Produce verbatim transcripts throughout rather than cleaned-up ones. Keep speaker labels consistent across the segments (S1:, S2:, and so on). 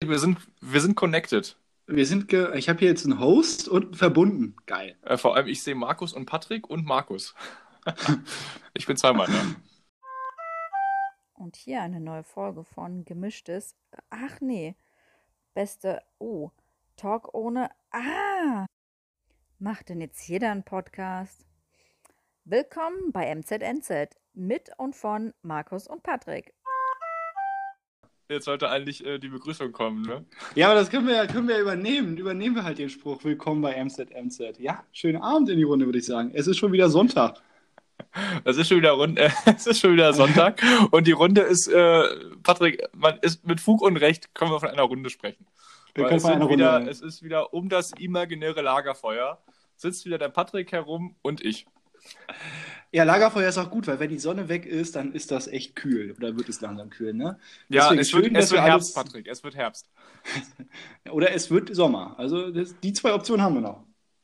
S1: Wir sind, wir sind connected.
S2: Wir sind ge ich habe hier jetzt einen Host und verbunden. Geil.
S1: Äh, vor allem, ich sehe Markus und Patrick und Markus. Ich bin zweimal da.
S3: Und hier eine neue Folge von Gemischtes. Ach nee, beste. Oh, Talk ohne. Ah! Macht denn jetzt jeder einen Podcast? Willkommen bei M Z N Z mit und von Markus und Patrick.
S1: Jetzt sollte eigentlich äh, die Begrüßung kommen, ne?
S2: Ja, aber das können wir ja können wir ja übernehmen. Übernehmen wir halt den Spruch. Willkommen bei M Z M Z. Ja, schönen Abend in die Runde, würde ich sagen. Es ist schon wieder Sonntag.
S1: Es ist schon wieder Rund äh, es ist schon wieder Sonntag und die Runde ist, äh, Patrick, man ist mit Fug und Recht, können wir von einer Runde sprechen.
S2: Wir
S1: Weil
S2: können
S1: es,
S2: von
S1: sind
S2: einer
S1: wieder,
S2: Runde.
S1: es ist wieder um das imaginäre Lagerfeuer, sitzt wieder der Patrick herum und ich.
S2: Ja, Lagerfeuer ist auch gut, weil wenn die Sonne weg ist, dann ist das echt kühl. Oder wird es langsam kühl, ne?
S1: Ja,
S2: Deswegen
S1: es wird,
S2: schön,
S1: es
S2: dass
S1: wird
S2: wir
S1: Herbst,
S2: alles.
S1: Patrick, es wird Herbst.
S2: Oder es wird Sommer. Also das, die zwei Optionen haben wir noch.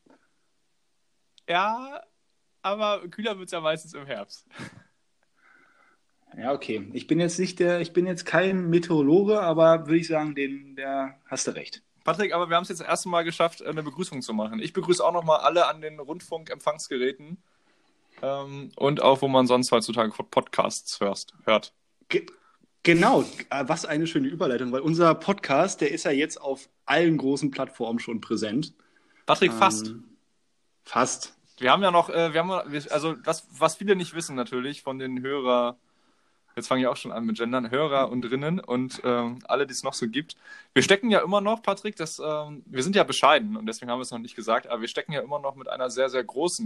S1: Ja, aber kühler wird es ja meistens im Herbst.
S2: Ja, okay. Ich bin jetzt nicht der, ich bin jetzt kein Meteorologe, aber würde ich sagen, den, der hast du recht.
S1: Patrick, aber wir haben es jetzt das erste Mal geschafft, eine Begrüßung zu machen. Ich begrüße auch nochmal alle an den Rundfunkempfangsgeräten ähm, und auch, wo man sonst heutzutage Podcasts hörst, hört.
S2: Ge genau, äh, was eine schöne Überleitung, weil unser Podcast, der ist ja jetzt auf allen großen Plattformen schon präsent.
S1: Patrick, fast.
S2: Ähm, fast.
S1: Wir haben ja noch, äh, wir haben, also was, was viele nicht wissen natürlich von den Hörer, jetzt fange ich auch schon an mit Gendern, Hörer und Rinnen und ähm, alle, die es noch so gibt. Wir stecken ja immer noch, Patrick, das, ähm, wir sind ja bescheiden und deswegen haben wir es noch nicht gesagt, aber wir stecken ja immer noch mit einer sehr, sehr großen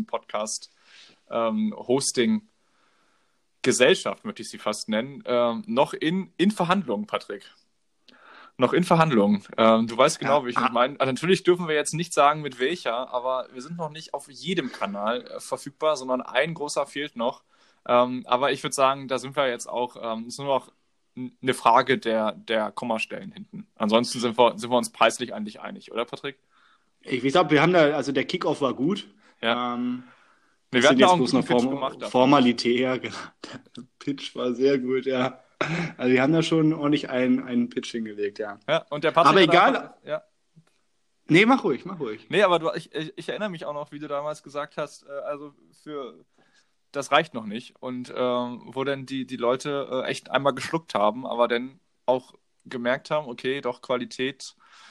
S1: Podcast-Hosting-Gesellschaft, möchte ich sie fast nennen, ähm, noch in, in Verhandlungen, Patrick. Noch in Verhandlungen. Ähm, du weißt genau,
S2: Ja,
S1: wie ich
S2: ah,
S1: meine. Also natürlich dürfen wir jetzt nicht sagen, mit welcher, aber wir sind noch nicht auf jedem Kanal äh, verfügbar, sondern ein großer fehlt noch. Ähm, aber ich würde sagen, da sind wir jetzt auch, ähm, ist nur noch n- eine Frage der, der Kommastellen hinten. Ansonsten sind wir, sind wir uns preislich eigentlich einig, oder Patrick?
S2: ich weiß auch, wir haben da, also der Kickoff war gut.
S1: Ja.
S2: Ähm,
S1: Nee,
S2: das
S1: wir
S2: sind
S1: hatten auch
S2: jetzt
S1: einen
S2: bloß
S1: guten
S2: noch
S1: Pitch
S2: Form
S1: gemacht davon.
S2: Formalität. Ja, genau. Der Pitch war sehr gut, ja. Also wir haben da schon ordentlich einen, einen Pitch hingelegt, ja.
S1: Ja, und der Patrick
S2: Aber
S1: hat
S2: egal.
S1: einfach, ja.
S2: Nee, mach ruhig, mach ruhig.
S1: Nee, aber du, ich, ich, ich erinnere mich auch noch, wie du damals gesagt hast, äh, also für das reicht noch nicht. Und ähm, wo dann die, die Leute äh, echt einmal geschluckt haben, aber dann auch gemerkt haben, okay, doch Qualität,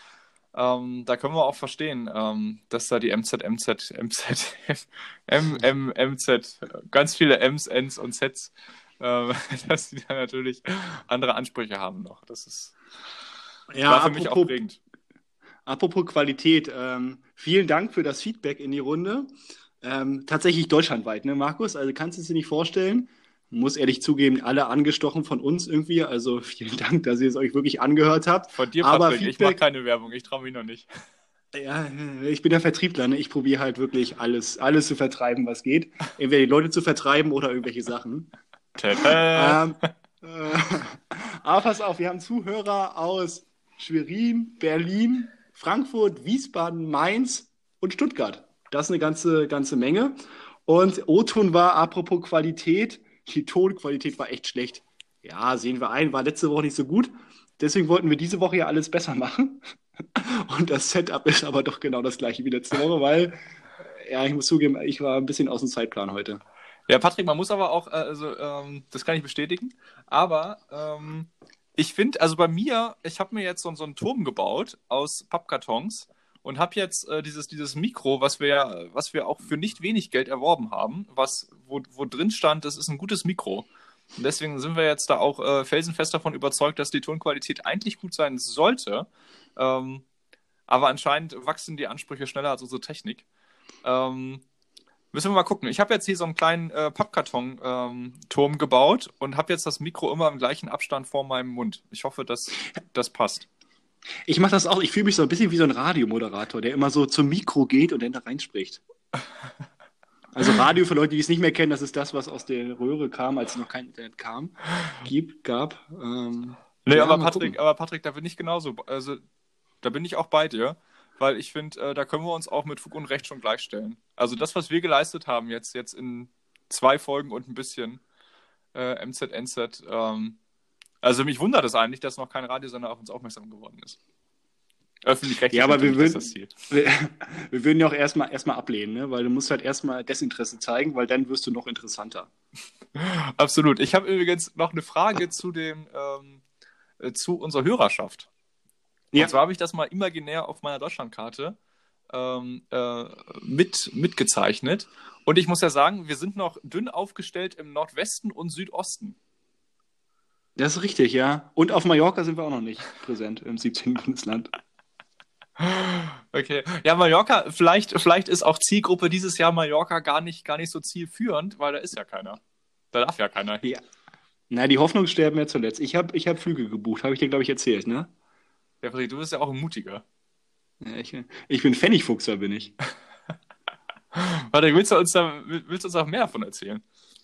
S1: ähm, da können wir auch verstehen, ähm, dass da die M Z, M Z, M Z, M, M, M Z, ganz viele Ms, Ns und Zs, äh, dass die da natürlich andere Ansprüche haben noch. Das ist,
S2: Ja,
S1: war für mich auch
S2: apropos,
S1: prägend.
S2: apropos Qualität, ähm, vielen Dank für das Feedback in die Runde. Ähm, tatsächlich deutschlandweit, ne, Markus? Also kannst du es dir nicht vorstellen? Muss ehrlich zugeben, alle angestochen von uns irgendwie. Also vielen Dank, dass ihr es euch wirklich angehört habt.
S1: Von dir,
S2: Aber
S1: Patrick, ich mache
S2: Feedback,
S1: keine Werbung, ich traue mich noch nicht.
S2: ja, ich bin der Vertriebler, ne? Ich probiere halt wirklich alles, alles zu vertreiben, was geht. Entweder die Leute zu vertreiben oder irgendwelche Sachen.
S1: Tada!
S2: Ähm, äh, aber pass auf, wir haben Zuhörer aus Schwerin, Berlin, Frankfurt, Wiesbaden, Mainz und Stuttgart. Das ist eine ganze, ganze Menge. Und O-Ton war, apropos Qualität, die Tonqualität war echt schlecht. Ja, sehen wir ein, war letzte Woche nicht so gut. Deswegen wollten wir diese Woche ja alles besser machen. Und das Setup ist aber doch genau das gleiche wie letzte Woche, weil, ja, ich muss zugeben, ich war ein bisschen aus dem Zeitplan heute.
S1: Ja, Patrick, man muss aber auch, äh, also ähm, das kann ich bestätigen, aber ähm, ich finde, also bei mir, ich habe mir jetzt so, so einen Turm gebaut aus Pappkartons und habe jetzt äh, dieses, dieses Mikro, was wir ja, was wir auch für nicht wenig Geld erworben haben, was, wo, wo drin stand, das ist ein gutes Mikro. Und deswegen sind wir jetzt da auch äh, felsenfest davon überzeugt, dass die Tonqualität eigentlich gut sein sollte. Ähm, aber anscheinend wachsen die Ansprüche schneller als unsere Technik. Ähm, Müssen wir mal gucken. Ich habe jetzt hier so einen kleinen äh, Pappkarton-Turm ähm, gebaut und habe jetzt das Mikro immer im gleichen Abstand vor meinem Mund. Ich hoffe, dass das passt.
S2: Ich mache das auch, ich fühle mich so ein bisschen wie so ein Radiomoderator, der immer so zum Mikro geht und dann da reinspricht. Also Radio für Leute, die es nicht mehr kennen, das ist das, was aus der Röhre kam, als noch kein Internet kam, gibt, gab. Ähm,
S1: Nee,
S2: ja,
S1: aber
S2: mal
S1: Patrick,
S2: gucken.
S1: aber Patrick, da bin ich genauso. Also, da bin ich auch bei dir, weil ich finde, äh, da können wir uns auch mit Fug und Recht schon gleichstellen. Also das, was wir geleistet haben jetzt, jetzt in zwei Folgen und ein bisschen äh, M Z N Z, ähm, also mich wundert es eigentlich, dass noch kein Radiosender auf uns aufmerksam geworden ist. Öffentlich-rechtlich
S2: Ja, aber wir
S1: natürlich,
S2: würden,
S1: das ist das Ziel.
S2: wir, wir würden ja auch erstmal erstmal ablehnen, ne? Weil du musst halt erstmal Desinteresse zeigen, weil dann wirst du noch interessanter.
S1: Absolut. Ich habe übrigens noch eine Frage zu dem, ähm, äh, zu unserer Hörerschaft. Und
S2: Ja,
S1: zwar habe ich das mal imaginär auf meiner Deutschlandkarte ähm, äh, mit, mitgezeichnet. Und ich muss ja sagen, wir sind noch dünn aufgestellt im Nordwesten und Südosten.
S2: das ist richtig, ja. Und auf Mallorca sind wir auch noch nicht präsent im siebzehnten Bundesland.
S1: Okay. Ja, Mallorca, vielleicht, vielleicht ist auch Zielgruppe dieses Jahr Mallorca gar nicht, gar nicht so zielführend, weil da ist ja keiner. Da darf ja keiner.
S2: Ja. Na, die Hoffnungen sterben ja zuletzt. Ich habe ich hab Flüge gebucht, habe ich dir, glaube ich, erzählt, ne?
S1: Ja, Friedrich, du bist ja auch ein Mutiger.
S2: Ja, ich, ich bin Pfennigfuchser, bin ich.
S1: Warte, willst du uns da, willst du uns auch mehr davon erzählen?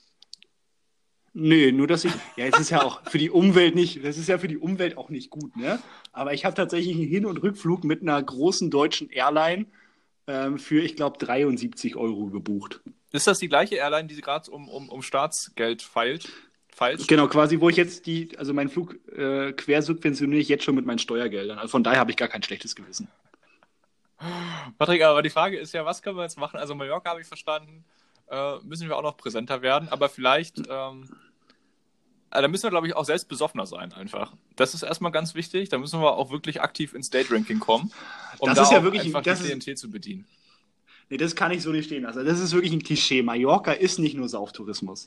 S2: Nee, nur dass ich. Ja, es ist ja auch für die Umwelt nicht, das ist ja für die Umwelt auch nicht gut, ne? Aber ich habe tatsächlich einen Hin- und Rückflug mit einer großen deutschen Airline ähm, für, ich glaube, dreiundsiebzig Euro gebucht.
S1: Ist das die gleiche Airline, die gerade um, um, um Staatsgeld feilt? Falsch?
S2: Genau, quasi, wo ich jetzt die, also meinen Flug äh, quersubventioniere ich jetzt schon mit meinen Steuergeldern. Also von daher habe ich gar kein schlechtes Gewissen.
S1: Patrick, aber die Frage ist ja, was können wir jetzt machen? Also Mallorca habe ich verstanden, äh, müssen wir auch noch präsenter werden, aber vielleicht, ähm, äh, da müssen wir, glaube ich, auch selbst besoffener sein einfach. Das ist erstmal ganz wichtig, da müssen wir auch wirklich aktiv ins Daydrinking kommen, um
S2: Das
S1: da
S2: ist ja
S1: auch
S2: wirklich-
S1: einfach
S2: das
S1: die
S2: ist-
S1: Klientel zu bedienen.
S2: Nee, das kann ich so nicht stehen lassen. Also das ist wirklich ein Klischee. Mallorca ist nicht nur Sauftourismus.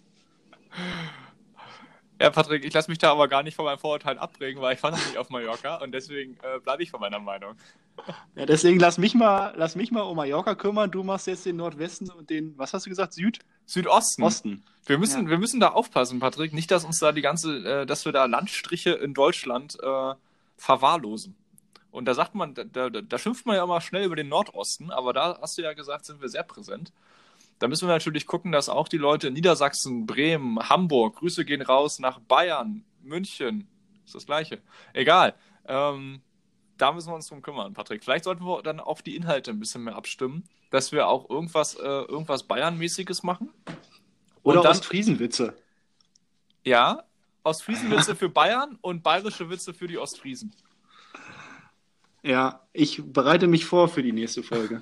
S1: Ja, Patrick, ich lasse mich da aber gar nicht von meinem Vorurteil abbringen, weil ich war noch nicht auf Mallorca und deswegen äh, bleibe ich von meiner Meinung.
S2: Ja, deswegen lass mich mal, lass mich mal um Mallorca kümmern. Du machst jetzt den Nordwesten und den, was hast du gesagt, Südosten.
S1: Südosten. Wir müssen,
S2: Ja.
S1: wir müssen da aufpassen, Patrick. Nicht, dass uns da die ganze, äh, dass wir da Landstriche in Deutschland äh, verwahrlosen. Und da sagt man, da, da, da schimpft man ja immer schnell über den Nordosten, aber da hast du ja gesagt, sind wir sehr präsent. Da müssen wir natürlich gucken, dass auch die Leute in Niedersachsen, Bremen, Hamburg, Grüße gehen raus nach Bayern, München, ist das Gleiche. Egal. Ähm, da müssen wir uns drum kümmern, Patrick. Vielleicht sollten wir dann auch die Inhalte ein bisschen mehr abstimmen, dass wir auch irgendwas, äh, irgendwas Bayern-mäßiges machen.
S2: Oder
S1: Und dann-
S2: Ostfriesenwitze.
S1: Ja, Ostfriesenwitze für Bayern und bayerische Witze für die Ostfriesen.
S2: Ja, ich bereite mich vor für die nächste Folge.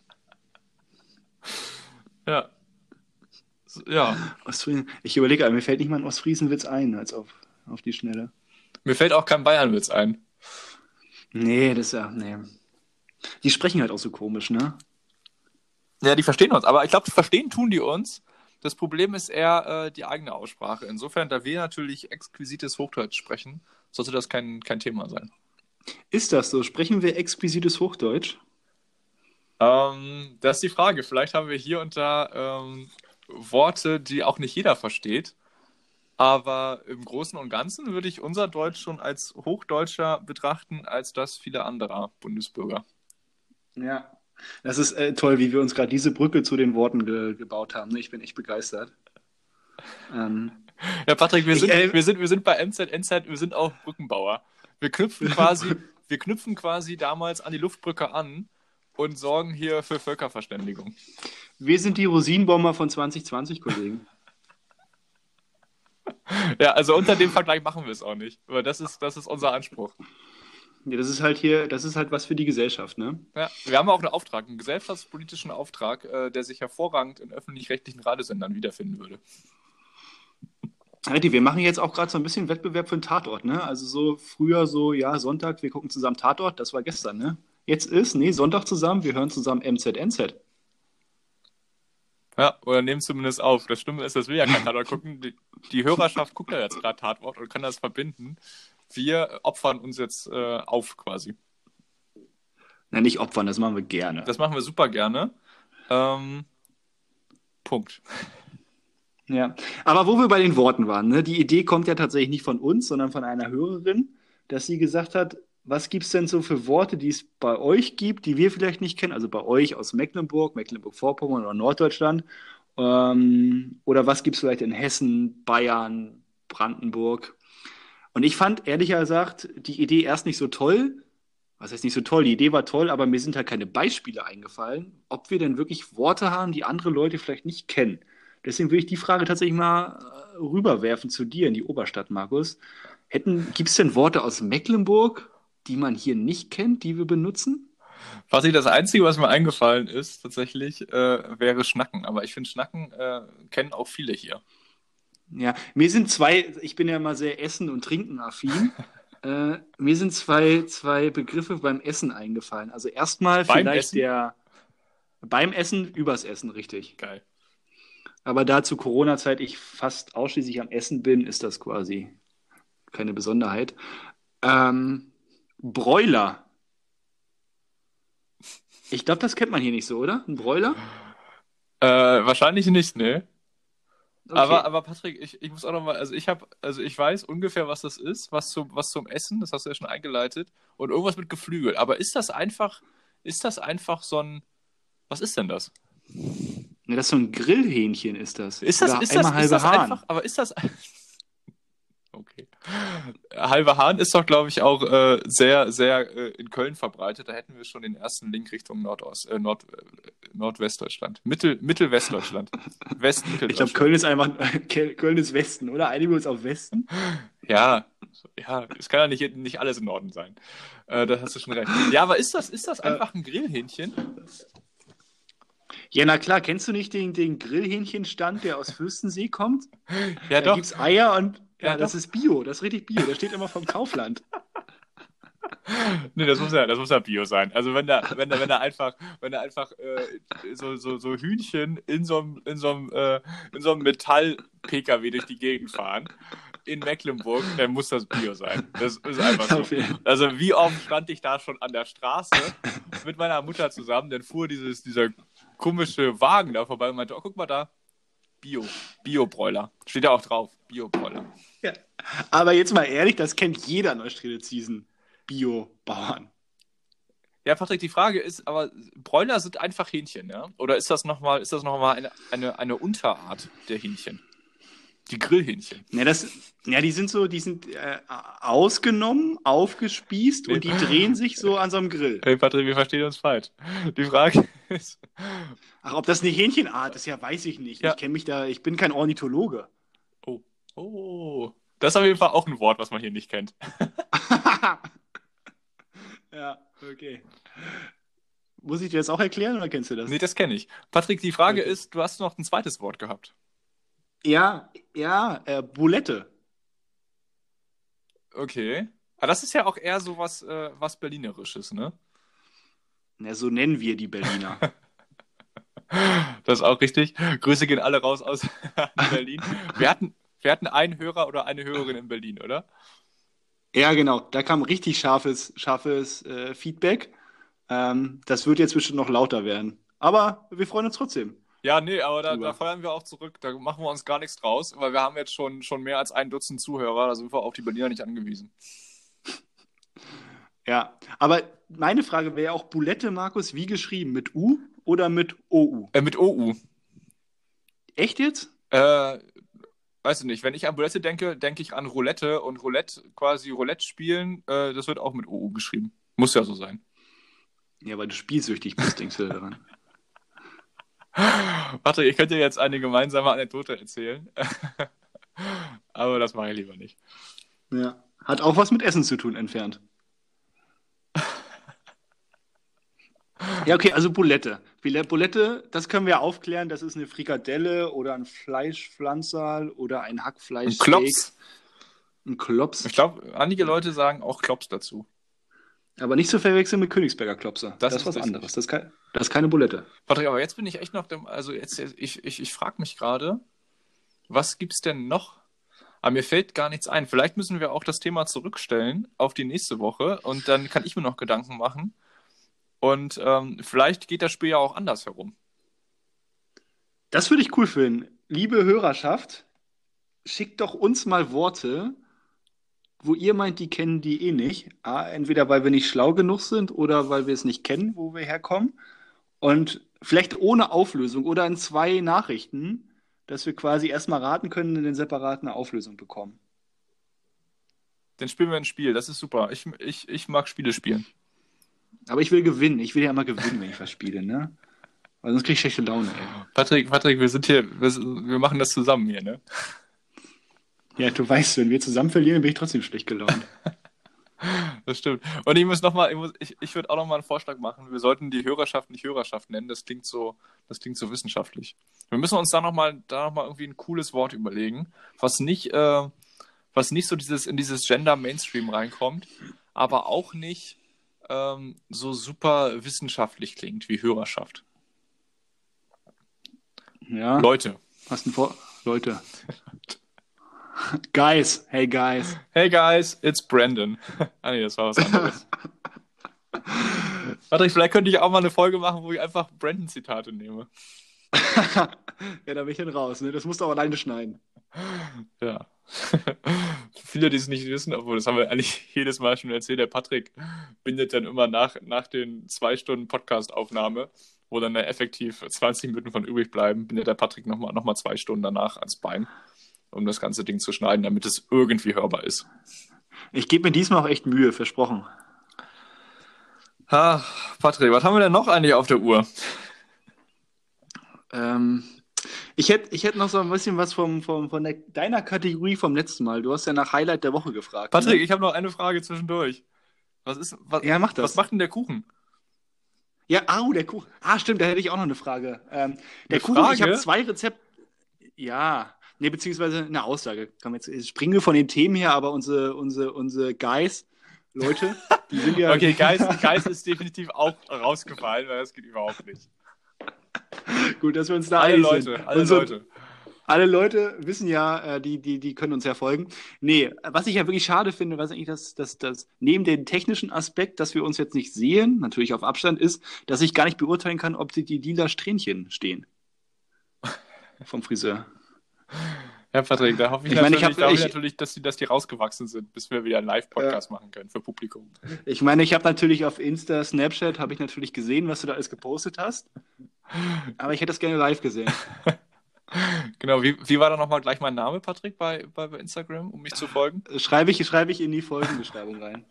S1: Ja. Ja.
S2: Ostfriesen. Ich überlege, aber mir fällt nicht mal ein Ostfriesenwitz ein, als auf, auf die Schnelle.
S1: Mir fällt auch kein Bayernwitz ein.
S2: Nee, das ist ja, nee. Die sprechen halt auch so komisch, ne?
S1: Ja, die verstehen uns, aber ich glaube, verstehen tun die uns. Das Problem ist eher äh, die eigene Aussprache. Insofern, da wir natürlich exquisites Hochdeutsch sprechen, sollte das kein, kein Thema sein.
S2: Ist das so? Sprechen wir exquisites Hochdeutsch?
S1: Ähm, das ist die Frage. Vielleicht haben wir hier und da ähm, Worte, die auch nicht jeder versteht. Aber im Großen und Ganzen würde ich unser Deutsch schon als hochdeutscher betrachten, als das vieler anderer Bundesbürger.
S2: Ja. Das ist äh, toll, wie wir uns gerade diese Brücke zu den Worten ge gebaut haben. Ne? Ich bin echt begeistert. Ähm,
S1: Ja, Patrick, wir
S2: Ich,
S1: sind,
S2: äh,
S1: wir sind, wir sind bei M Z N Z, wir sind auch Brückenbauer. Wir knüpfen quasi, wir knüpfen quasi damals an die Luftbrücke an und sorgen hier für Völkerverständigung.
S2: wir sind die Rosinenbomber von zwanzig zwanzig, Kollegen.
S1: Ja, also unter dem Vergleich machen wir es auch nicht. Aber das ist, das ist unser Anspruch.
S2: Ja, das ist halt hier, das ist halt was für die Gesellschaft, ne?
S1: Ja, wir haben auch einen Auftrag, einen gesellschaftspolitischen Auftrag, äh, der sich hervorragend in öffentlich-rechtlichen Radiosendern wiederfinden würde.
S2: Heidi, wir machen jetzt auch gerade so ein bisschen Wettbewerb für den Tatort, ne? Also so früher so, ja, Sonntag, wir gucken zusammen Tatort, das war gestern, ne? Jetzt ist, nee, Sonntag zusammen, wir hören zusammen M Z N Z.
S1: Ja, oder nehmen zumindest auf. Das Schlimme ist, dass wir ja kein Tatort gucken. Die, die Hörerschaft guckt ja jetzt gerade Tatort und kann das verbinden. Wir opfern uns jetzt äh, auf quasi.
S2: Na, nicht opfern, das machen wir gerne.
S1: Das machen wir super gerne. Ähm, Punkt.
S2: Ja, aber wo wir bei den Worten waren, ne? Die Idee kommt ja tatsächlich nicht von uns, sondern von einer Hörerin, dass sie gesagt hat, was gibt es denn so für Worte, die es bei euch gibt, die wir vielleicht nicht kennen, also bei euch aus Mecklenburg, Mecklenburg-Vorpommern oder Norddeutschland, ähm, oder was gibt es vielleicht in Hessen, Bayern, Brandenburg? Und ich fand, ehrlicher gesagt, die Idee erst nicht so toll. Was heißt nicht so toll? Die Idee war toll, aber mir sind halt keine Beispiele eingefallen, ob wir denn wirklich Worte haben, die andere Leute vielleicht nicht kennen. Deswegen würde ich die Frage tatsächlich mal äh, rüberwerfen zu dir in die Oberstadt, Markus. Hätten, gibt es denn Worte aus Mecklenburg die man hier nicht kennt, die wir benutzen?
S1: Was ich, das Einzige, was mir eingefallen ist, tatsächlich, äh, wäre Schnacken. Aber ich finde, Schnacken äh, kennen auch viele hier.
S2: Ja, mir sind zwei, ich bin ja mal sehr Essen- und Trinken-affin. äh, mir sind zwei, zwei Begriffe beim Essen eingefallen. Also erstmal
S1: Beim
S2: vielleicht
S1: Essen?
S2: der beim Essen, übers Essen, richtig.
S1: Geil.
S2: Aber da zu Corona-Zeit ich fast ausschließlich am Essen bin, ist das quasi keine Besonderheit. Ähm, Broiler. Ich glaube, das kennt man hier nicht so, oder? Ein Broiler?
S1: Äh, wahrscheinlich nicht, ne?
S2: Okay.
S1: Aber, aber Patrick, ich, ich muss auch noch mal, also ich habe, also ich weiß ungefähr, was das ist, was zum, was zum Essen, das hast du ja schon eingeleitet, und irgendwas mit Geflügel. Aber ist das einfach, ist das einfach so ein, was ist denn das?
S2: Ja, das ist so ein Grillhähnchen, ist das.
S1: Ist das,
S2: Oder
S1: ist
S2: einmal
S1: das, ist
S2: halbe
S1: das
S2: Hahn.
S1: einfach, aber ist das, okay. Halber Hahn ist doch, glaube ich, auch äh, sehr, sehr äh, in Köln verbreitet. Da hätten wir schon den ersten Link Richtung Nordost, äh, Nord, äh, Nordwestdeutschland. Mittel, Mittelwestdeutschland. West,
S2: Ich glaube,
S1: Mitteldeutschland.
S2: Köln ist einfach, Köln ist Westen, oder? Einigen wir uns auf Westen?
S1: Ja, ja, es kann ja nicht, nicht alles im Norden sein. Äh, da hast du schon recht. Ja, aber ist das, ist das einfach ein Grillhähnchen?
S2: Ja, na klar, kennst du nicht den, den Grillhähnchenstand, der aus Fürstensee kommt?
S1: Ja,
S2: Da
S1: doch.
S2: gibt's Eier und ja,
S1: Ja,
S2: das
S1: doch.
S2: ist Bio, das ist richtig Bio. Das steht immer vom Kaufland.
S1: Nee, das muss ja, das muss ja Bio sein. Also wenn da, wenn da, wenn da einfach, wenn da einfach äh, so, so, so Hühnchen in so einem, in so einem, äh, in so einem Metall-P K W durch die Gegend fahren in Mecklenburg, dann muss das Bio sein. Das ist einfach
S2: Auf
S1: so.
S2: jeden Fall.
S1: Also wie oft stand ich da schon an der Straße mit meiner Mutter zusammen, dann fuhr dieses, dieser komische Wagen da vorbei und meinte, oh, guck mal da, Bio, Bio-Bräuler. Steht ja auch drauf, Bio-Bräuler.
S2: Ja. Aber jetzt mal ehrlich, das kennt jeder Neustrelitz-Ziesen Bio-Bauern.
S1: Ja, Patrick, die Frage ist, aber Bräuler sind einfach Hähnchen, ja? Oder ist das nochmal, ist das noch mal eine, eine, eine Unterart der Hähnchen? Die Grillhähnchen.
S2: Ja, das, ja, die sind so, die sind äh, ausgenommen, aufgespießt und die drehen sich so an so einem Grill.
S1: Hey Patrick, wir verstehen uns falsch. Die Frage ist,
S2: Ach, ob das eine Hähnchenart ist, ja, weiß ich nicht.
S1: Ja.
S2: Ich kenne mich da, ich bin kein Ornithologe.
S1: oh, oh, das ist auf jeden Fall auch ein Wort, was man hier nicht kennt.
S2: Ja, okay. Muss ich dir das auch erklären oder kennst du das?
S1: Nee, das kenne ich. Patrick, die Frage
S2: Okay.
S1: ist, du hast noch ein zweites Wort gehabt.
S2: Ja, ja, äh, Boulette.
S1: Okay. Aber das ist ja auch eher so was, äh, was Berlinerisches, ne?
S2: Na, so nennen wir die Berliner.
S1: Das ist auch richtig. Grüße gehen alle raus aus Berlin. Wir hatten, wir hatten einen Hörer oder eine Hörerin in Berlin, oder?
S2: Ja, genau. Da kam richtig scharfes, scharfes äh, Feedback. Ähm, das wird jetzt bestimmt noch lauter werden. Aber wir freuen uns trotzdem.
S1: Ja, nee, aber da,
S2: Super.
S1: da feuern wir auch zurück. Da machen wir uns gar nichts draus, weil wir haben jetzt schon, schon mehr als ein Dutzend Zuhörer. Da sind wir auf die Berliner nicht angewiesen.
S2: Ja, aber meine Frage wäre auch Boulette, Markus, wie geschrieben? Mit U oder mit O U?
S1: Äh, mit O U.
S2: Echt jetzt?
S1: Äh, weißt du nicht, wenn ich an Boulette denke, denke ich an Roulette und Roulette, quasi Roulette spielen, äh, das wird auch mit O U geschrieben. Muss ja so sein.
S2: Ja, weil du spielsüchtig bist, denkst du daran.
S1: Warte, ich könnte dir jetzt eine gemeinsame Anekdote erzählen. Aber das mache ich lieber nicht.
S2: Ja. Hat auch was mit Essen zu tun, entfernt. Ja, okay, also Boulette. Bille- Boulette, das können wir aufklären, das ist eine Frikadelle oder ein Fleischpflanzerl oder ein
S1: Ein
S2: Hackfleischsteak.
S1: Klops.
S2: Ein Klops.
S1: Ich glaube, einige Leute sagen auch Klops dazu.
S2: Aber nicht zu verwechseln mit Königsberger Klopser.
S1: Das
S2: Das,
S1: ist
S2: ist was
S1: richtig.
S2: anderes. Das ist, kein, das ist keine Boulette.
S1: Patrick, aber jetzt bin ich echt noch, dem, also jetzt, ich, ich, ich frage mich gerade, was gibt's denn noch? Aber mir fällt gar nichts ein. Vielleicht müssen wir auch das Thema zurückstellen auf die nächste Woche und dann kann ich mir noch Gedanken machen. Und ähm, vielleicht geht das Spiel ja auch anders herum.
S2: Das würde ich cool finden. Liebe Hörerschaft, schickt doch uns mal Worte, wo ihr meint, die kennen die eh nicht. A, entweder weil wir nicht schlau genug sind oder weil wir es nicht kennen, wo wir herkommen. Und vielleicht ohne Auflösung oder in zwei Nachrichten, dass wir quasi erstmal raten können und dann separat eine Auflösung bekommen.
S1: Dann spielen wir ein Spiel, das ist super. Ich, ich, ich mag Spiele spielen.
S2: Aber ich will gewinnen. Ich will ja immer gewinnen, wenn ich was spiele, ne? Weil sonst krieg ich schlechte Laune, ey.
S1: Patrick, Patrick, wir sind hier, wir, wir machen das zusammen hier, ne?
S2: Ja, du weißt, wenn wir zusammen verlieren, dann bin ich trotzdem schlecht gelaunt.
S1: Das stimmt. Und ich muss noch mal, ich, muss- ich, ich würde auch noch mal einen Vorschlag machen. Wir sollten die Hörerschaft nicht Hörerschaft nennen. Das klingt so, das klingt so wissenschaftlich. Wir müssen uns da noch mal, da noch mal irgendwie ein cooles Wort überlegen, was nicht, äh, was nicht so dieses in dieses Gender Mainstream reinkommt, aber auch nicht ähm, so super wissenschaftlich klingt wie Hörerschaft.
S2: Ja,
S1: Leute.
S2: hast du vor... Leute. Guys, hey guys.
S1: Hey guys, it's Brandon. Ah nee, das war was anderes. Patrick, vielleicht könnte ich auch mal eine Folge machen, wo ich einfach Brandon-Zitate nehme.
S2: Ja, da bin ich dann raus, ne? Das musst du auch alleine schneiden.
S1: Ja. Viele, die es nicht wissen, obwohl das haben wir eigentlich jedes Mal schon erzählt, der Patrick bindet dann immer nach, nach den zwei Stunden Podcast-Aufnahme, wo dann da effektiv zwanzig Minuten von übrig bleiben, bindet der Patrick nochmal noch mal zwei Stunden danach ans Bein, um das ganze Ding zu schneiden, damit es irgendwie hörbar ist.
S2: Ich gebe mir diesmal auch echt Mühe, versprochen.
S1: Ah, Patrick, was haben wir denn noch eigentlich auf der Uhr?
S2: Ähm, ich hätte ich hätt noch so ein bisschen was vom, vom, von der, deiner Kategorie vom letzten Mal. Du hast ja nach Highlight der Woche gefragt.
S1: Patrick,
S2: Ne?
S1: ich habe noch eine Frage zwischendurch. Was ist, was,
S2: Ja, mach das.
S1: was macht denn der Kuchen?
S2: Ja, au, der Kuchen. Ah, stimmt, da hätte ich auch noch eine Frage. Ähm, der
S1: Eine
S2: Kuchen,
S1: Frage?
S2: ich habe zwei Rezepte. Ja, nee, beziehungsweise eine Aussage. Komm, jetzt ich springe von den Themen her, aber unsere, unsere, unsere Guys, Leute, die sind ja.
S1: Okay, Geist, Geist ist definitiv auch rausgefallen, weil das geht überhaupt nicht.
S2: Gut, dass wir uns da
S1: Alle
S2: einig
S1: Leute,
S2: sind.
S1: alle
S2: Unsere-
S1: Leute.
S2: Alle Leute wissen ja, äh, die, die, die können uns ja folgen. Nee, was ich ja wirklich schade finde, was eigentlich das, das, das neben dem technischen Aspekt, dass wir uns jetzt nicht sehen, natürlich auf Abstand ist, dass ich gar nicht beurteilen kann, ob sie die lila Strähnchen stehen. Vom Friseur.
S1: Ja, Patrick, da hoffe ich,
S2: Ich meine,
S1: natürlich,
S2: ich hab-
S1: da hoffe ich
S2: ich-
S1: natürlich, dass die, dass die rausgewachsen sind, bis wir wieder einen Live-Podcast machen können für Publikum.
S2: Ich meine, ich habe natürlich auf Insta, Snapchat, habe ich natürlich gesehen, was du da alles gepostet hast. Aber ich hätte das gerne live gesehen.
S1: Genau, wie, wie war da nochmal gleich mein Name, Patrick, bei, bei, bei Instagram, um mich zu folgen?
S2: Schreibe ich, schreibe ich in die Folgenbeschreibung rein.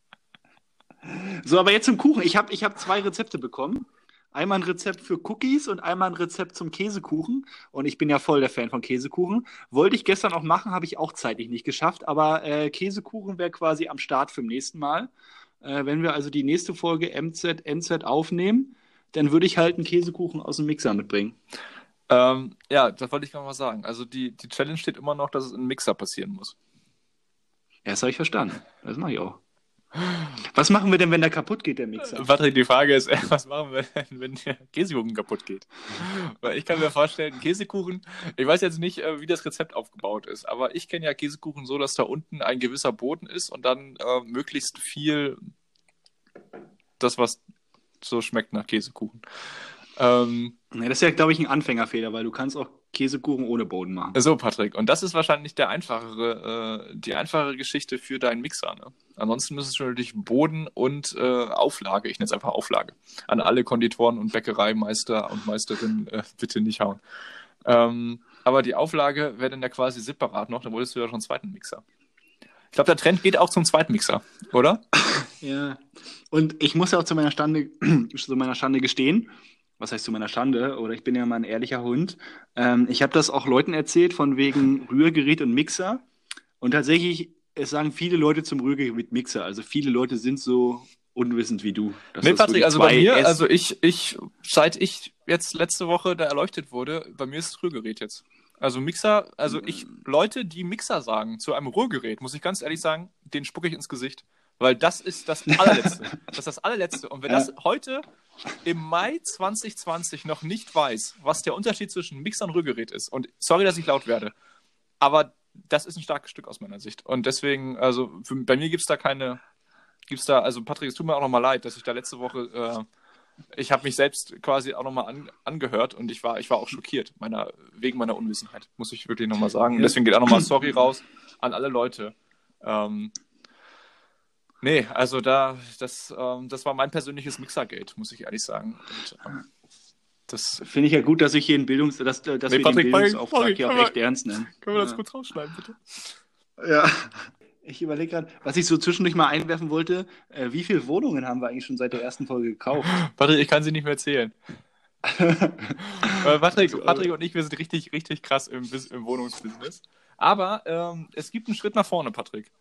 S2: So, aber jetzt zum Kuchen. Ich habe ich hab zwei Rezepte bekommen. Einmal ein Rezept für Cookies und einmal ein Rezept zum Käsekuchen. Und ich bin ja voll der Fan von Käsekuchen. Wollte ich gestern auch machen, habe ich auch zeitlich nicht geschafft. Aber äh, Käsekuchen wäre quasi am Start für nächsten Mal. Äh, wenn wir also die nächste Folge M Z, N Z aufnehmen, dann würde ich halt einen Käsekuchen aus dem Mixer mitbringen.
S1: Ähm, ja, das wollte ich noch mal sagen. Also die, die Challenge steht immer noch, dass es im Mixer passieren muss.
S2: Ja, das habe ich verstanden. Das mache ich auch. Was machen wir denn, wenn der kaputt geht, der Mixer?
S1: Patrick, die Frage ist, was machen wir denn, wenn der Käsekuchen kaputt geht? Weil ich kann mir vorstellen, Käsekuchen, ich weiß jetzt nicht, äh, wie das Rezept aufgebaut ist, aber ich kenne ja Käsekuchen so, dass da unten ein gewisser Boden ist und dann äh, möglichst viel das, was so schmeckt nach Käsekuchen. Ähm,
S2: Ja, das ist ja, glaube ich, ein Anfängerfehler, weil du kannst auch Käsekuchen ohne Boden machen.
S1: so, Patrick, und das ist wahrscheinlich der einfachere, äh, die einfachere Geschichte für deinen Mixer. Ne? Ansonsten müsstest du natürlich Boden und äh, Auflage, ich nenne es einfach Auflage, an alle Konditoren und Bäckereimeister und Meisterinnen äh, bitte nicht hauen. Ähm, aber die Auflage wäre dann ja quasi separat noch, dann wolltest du ja schon einen zweiten Mixer. Ich glaube, der Trend geht auch zum zweiten Mixer, oder?
S2: Ja. Und ich muss ja auch zu meiner Stande, zu meiner Schande gestehen, was heißt zu meiner Schande, oder ich bin ja mal ein ehrlicher Hund, ähm, ich habe das auch Leuten erzählt, von wegen Rührgerät und Mixer. Und tatsächlich, es sagen viele Leute zum Rührgerät mit Mixer. Also viele Leute sind so unwissend wie du. dass
S1: Nee,
S2: das
S1: Patrick,
S2: wirklich
S1: also bei
S2: zwei
S1: mir,
S2: S-
S1: also ich, ich, seit ich jetzt letzte Woche da erleuchtet wurde, bei mir ist es Rührgerät jetzt. Also Mixer, also ich, Leute, die Mixer sagen zu einem Rührgerät, muss ich ganz ehrlich sagen, den spucke ich ins Gesicht. Weil das ist das allerletzte. Das ist das allerletzte. Und wer
S2: Ja.
S1: das heute im Mai zwanzig zwanzig noch nicht weiß, was der Unterschied zwischen Mixer und Rührgerät ist, und sorry, dass ich laut werde, aber das ist ein starkes Stück aus meiner Sicht. Und deswegen, also für, bei mir gibt es da keine, gibt es da, also Patrick, es tut mir auch nochmal leid, dass ich da letzte Woche, äh, ich habe mich selbst quasi auch nochmal an, angehört und ich war, ich war auch schockiert, meiner, wegen meiner Unwissenheit, muss ich wirklich nochmal sagen. Und deswegen geht auch nochmal sorry raus an alle Leute. Ähm, nee, also da, das, ähm, das war mein persönliches Mixergate, muss ich ehrlich sagen. Und, ähm, das
S2: Finde ich ja gut, dass ich hier einen Bildungs, dass, dass
S1: Nee,
S2: wir
S1: Patrick,
S2: den
S1: Patrick,
S2: Bildungsauftrag
S1: Patrick,
S2: hier auch
S1: können wir-
S2: echt ernst nennen.
S1: können wir das
S2: Ja.
S1: kurz rausschneiden, bitte?
S2: Ja. Ich überlege gerade, was ich so zwischendurch mal einwerfen wollte, äh, wie viele Wohnungen haben wir eigentlich schon seit der ersten Folge gekauft?
S1: Patrick, ich kann sie nicht mehr zählen. Äh, Patrick, Patrick und ich, wir sind richtig, richtig krass im, Bus- im Wohnungsbusiness. Aber ähm, es gibt einen Schritt nach vorne, Patrick.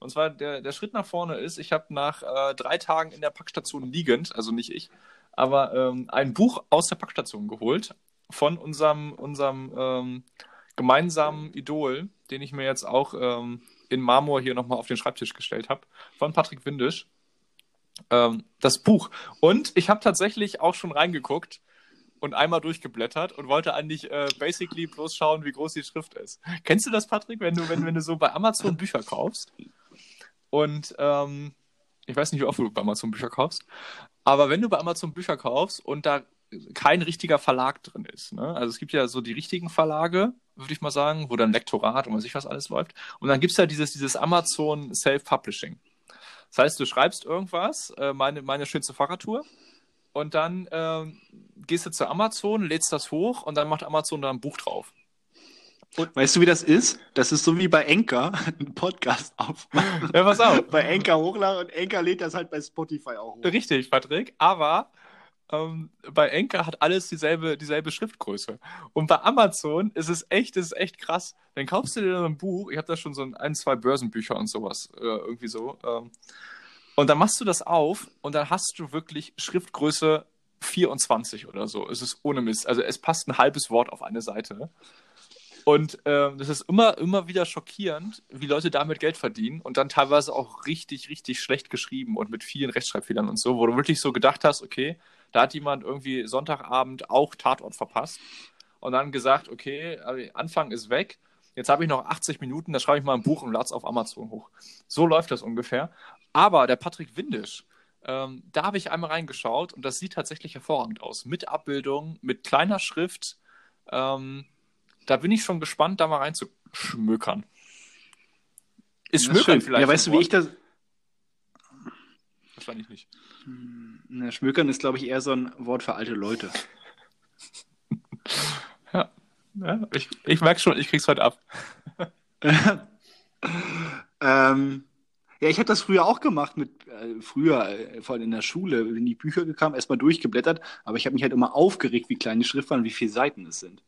S1: Und zwar der, der Schritt nach vorne ist, ich habe nach äh, drei Tagen in der Packstation liegend, also nicht ich, aber ähm, ein Buch aus der Packstation geholt von unserem, unserem ähm, gemeinsamen Idol, den ich mir jetzt auch ähm, in Marmor hier nochmal auf den Schreibtisch gestellt habe, von Patrick Windisch. Ähm, das Buch. Und ich habe tatsächlich auch schon reingeguckt und einmal durchgeblättert und wollte eigentlich äh, basically bloß schauen, wie groß die Schrift ist. Kennst du das, Patrick, wenn du, wenn, wenn du so bei Amazon Bücher kaufst? Und ähm, ich weiß nicht, wie oft du bei Amazon Bücher kaufst, aber wenn du bei Amazon Bücher kaufst und da kein richtiger Verlag drin ist, ne? Also es gibt ja so die richtigen Verlage, würde ich mal sagen, wo dann Lektorat und was ich was alles läuft. Und dann gibt es ja dieses, dieses Amazon Self-Publishing. Das heißt, du schreibst irgendwas, äh, meine, meine schönste Fahrradtour, und dann äh, gehst du zu Amazon, lädst das hoch und dann macht Amazon da ein Buch drauf.
S2: Und weißt du, wie das ist? Das ist so wie bei Anchor, einen Podcast aufmachen.
S1: Ja, pass auf.
S2: Bei Anchor hochladen und Anchor lädt das halt bei Spotify auch hoch.
S1: Richtig, Patrick, aber ähm, bei Anchor hat alles dieselbe, dieselbe Schriftgröße. Und bei Amazon ist es echt, ist echt krass. Dann kaufst du dir dann ein Buch, ich habe da schon so ein, ein, zwei Börsenbücher und sowas, äh, irgendwie so. Ähm, und dann machst du das auf und dann hast du wirklich Schriftgröße vierundzwanzig oder so. Es ist ohne Mist. Also es passt ein halbes Wort auf eine Seite. Und ähm, das ist immer, immer wieder schockierend, wie Leute damit Geld verdienen und dann teilweise auch richtig, richtig schlecht geschrieben und mit vielen Rechtschreibfehlern und so, wo du wirklich so gedacht hast, okay, da hat jemand irgendwie Sonntagabend auch Tatort verpasst und dann gesagt, okay, Anfang ist weg, jetzt habe ich noch achtzig Minuten, da schreibe ich mal ein Buch und lade es auf Amazon hoch. So läuft das ungefähr. Aber der Patrick Windisch, ähm, da habe ich einmal reingeschaut und das sieht tatsächlich hervorragend aus. Mit Abbildung, mit kleiner Schrift, ähm, da bin ich schon gespannt, da mal reinzuschmökern. Ist
S2: Ja,
S1: Schmökern
S2: schön.
S1: vielleicht
S2: Ja, weißt
S1: ein
S2: du, wie
S1: Wort?
S2: ich das...
S1: Wahrscheinlich nicht.
S2: Na, Schmökern ist, glaube ich, eher so ein Wort für alte Leute.
S1: Ja, ja ich, ich merke schon, ich krieg's heute ab.
S2: ähm, ja, ich habe das früher auch gemacht, mit äh, früher, äh, vor allem in der Schule, wenn die Bücher kamen, erstmal durchgeblättert, aber ich habe mich halt immer aufgeregt, wie klein die Schrift waren, wie viele Seiten es sind.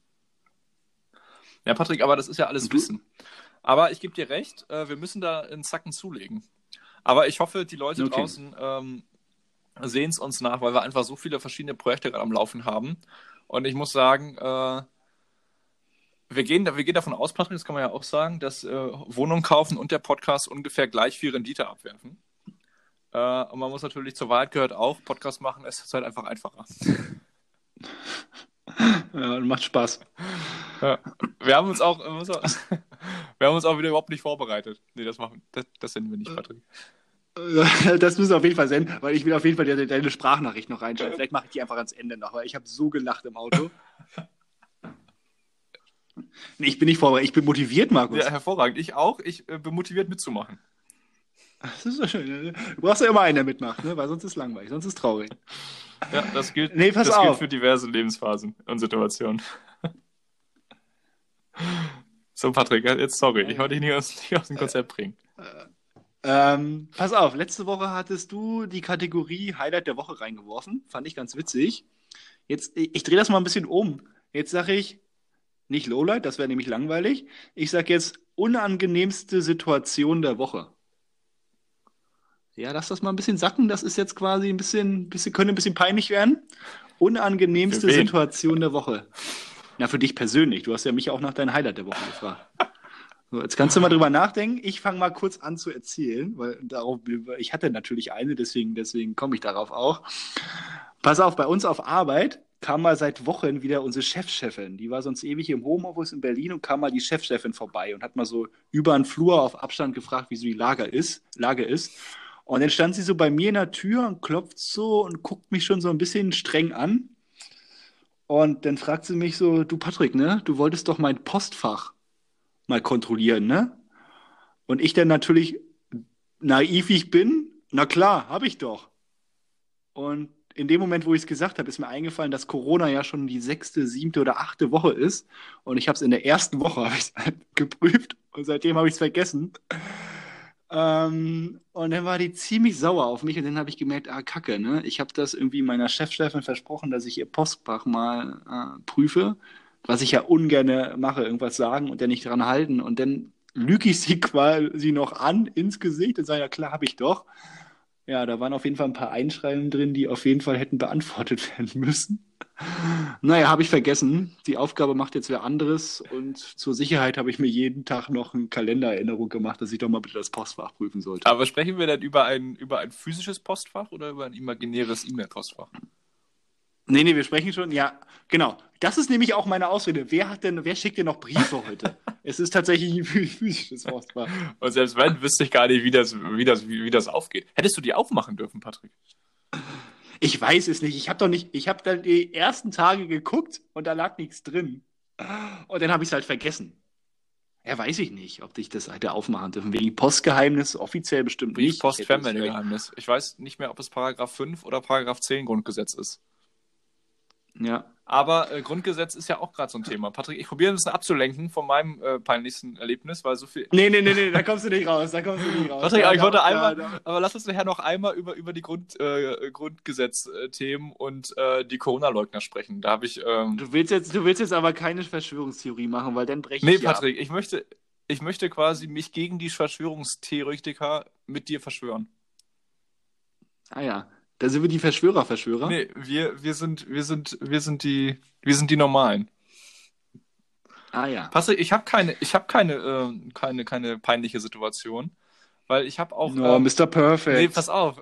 S1: Ja, Patrick, aber das ist ja alles
S2: Und du?
S1: Wissen. Aber ich gebe dir recht, äh, wir müssen da einen Zacken zulegen. Aber ich hoffe, die Leute
S2: Okay.
S1: draußen ähm, sehen es uns nach, weil wir einfach so viele verschiedene Projekte gerade am Laufen haben. Und ich muss sagen, äh, wir, gehen, wir gehen davon aus, Patrick, das kann man ja auch sagen, dass äh, Wohnung kaufen und der Podcast ungefähr gleich viel Rendite abwerfen. Äh, und man muss natürlich, zur Wahrheit gehört auch, Podcast machen ist halt einfach einfacher.
S2: Ja, macht Spaß.
S1: Ja. Wir haben uns auch, wir haben uns auch wieder überhaupt nicht vorbereitet. Nee, das machen, das, das senden wir nicht, Patrick.
S2: Das müssen wir auf jeden Fall senden, weil ich will auf jeden Fall deine, deine Sprachnachricht noch reinschalten. Vielleicht mache ich die einfach ans Ende noch, weil ich habe so gelacht im Auto. Nee, ich bin nicht vorbereitet, ich bin motiviert, Markus.
S1: Ja, hervorragend. Ich auch. Ich äh, bin motiviert mitzumachen.
S2: Das ist so schön. Du brauchst ja immer einen, der mitmacht, ne? Weil sonst ist es langweilig, sonst ist es traurig.
S1: Ja, das gilt,
S2: Nee, pass
S1: das
S2: auf.
S1: gilt für diverse Lebensphasen und Situationen. So, Patrick, jetzt sorry, ich wollte dich nicht aus, nicht aus dem Konzept bringen.
S2: Ähm, pass auf, letzte Woche hattest du die Kategorie Highlight der Woche reingeworfen. Fand ich ganz witzig. Jetzt, ich, ich drehe das mal ein bisschen um. Jetzt sage ich nicht Lowlight, das wäre nämlich langweilig. Ich sage jetzt unangenehmste Situation der Woche. Ja, lass das mal ein bisschen sacken. Das ist jetzt quasi ein bisschen, bisschen könnte ein bisschen peinlich werden. Unangenehmste
S1: Für wen?
S2: Situation der Woche. Na, für dich persönlich. Du hast ja mich auch nach deinem Highlight der Woche gefragt. So, jetzt kannst du mal drüber nachdenken. Ich fange mal kurz an zu erzählen, weil darauf, ich hatte natürlich eine, deswegen, deswegen komme ich darauf auch. Pass auf, bei uns auf Arbeit kam mal seit Wochen wieder unsere Chefchefin. Die war sonst ewig im Homeoffice in Berlin und kam mal die Chefchefin vorbei und hat mal so über den Flur auf Abstand gefragt, wie so die Lage ist. Lage ist. Und dann stand sie so bei mir in der Tür und klopft so und guckt mich schon so ein bisschen streng an. Und dann fragt sie mich so, du Patrick, ne, du wolltest doch mein Postfach mal kontrollieren, ne? Und ich dann natürlich, naiv wie ich bin, na klar, habe ich doch. Und in dem Moment, wo ich es gesagt habe, ist mir eingefallen, dass Corona ja schon die sechste, siebte oder achte Woche ist. Und ich habe es in der ersten Woche habe ich halt geprüft und seitdem habe ich es vergessen. Ähm, und dann war die ziemlich sauer auf mich und dann habe ich gemerkt, ah, Kacke, ne? Ich habe das irgendwie meiner Chefchefin versprochen, dass ich ihr Postfach mal äh, prüfe, was ich ja ungern mache, irgendwas sagen und dann nicht dran halten. Und dann lüge ich sie quasi noch an ins Gesicht und sage, ja klar, habe ich doch. Ja, da waren auf jeden Fall ein paar Einschreibungen drin, die auf jeden Fall hätten beantwortet werden müssen. Naja, habe ich vergessen. Die Aufgabe macht jetzt wer anderes und zur Sicherheit habe ich mir jeden Tag noch eine Kalendererinnerung gemacht, dass ich doch mal bitte das Postfach prüfen sollte.
S1: Aber sprechen wir denn über ein, über ein physisches Postfach oder über ein imaginäres E-Mail-Postfach?
S2: Nee, nee, wir sprechen schon, ja, genau. Das ist nämlich auch meine Ausrede. Wer hat denn, wer schickt denn noch Briefe heute? Es ist tatsächlich ein physisches Postfach.
S1: Und selbst wenn, wüsste ich gar nicht, wie das, wie das, wie, wie das aufgeht. Hättest du die aufmachen dürfen, Patrick?
S2: Ich weiß es nicht. Ich habe doch nicht, ich habe dann die ersten Tage geguckt und da lag nichts drin. Und dann habe ich es halt vergessen. Ja, weiß ich nicht, ob ich das hätte aufmachen dürfen. Wegen Postgeheimnis offiziell bestimmt
S1: Brief,
S2: nicht.
S1: Post,
S2: Ich hätte es
S1: Fernmeldegeheimnis. Ich weiß nicht mehr, ob es Paragraph fünf oder Paragraph zehn Grundgesetz ist.
S2: Ja.
S1: Aber äh, Grundgesetz ist ja auch gerade so ein Thema. Patrick, ich probiere ein bisschen abzulenken von meinem äh, peinlichsten Erlebnis, weil so viel.
S2: Nee, nee, nee, nee, da kommst du nicht raus, da kommst du nicht raus.
S1: Patrick,
S2: Da,
S1: aber ich wollte
S2: da,
S1: einmal,
S2: da, da.
S1: aber lass uns nachher noch einmal über, über die Grund, äh, Grundgesetz-Themen und äh, die Corona-Leugner sprechen. Da habe ich. Ähm...
S2: Du willst jetzt, du willst jetzt aber keine Verschwörungstheorie machen, weil dann breche
S1: Nee,
S2: ich ja ab.
S1: Patrick, ich möchte, ich möchte quasi mich gegen die Verschwörungstheoretiker mit dir verschwören.
S2: Ah ja, da sind wir die Verschwörer, Verschwörer.
S1: Nee, wir, wir sind, wir sind, wir sind die, wir sind die Normalen.
S2: Ah ja.
S1: Patrick, ich habe keine, ich habe keine, äh, keine, keine peinliche Situation, weil ich habe auch.
S2: No,
S1: ähm,
S2: Mister Perfect.
S1: Nee, pass auf.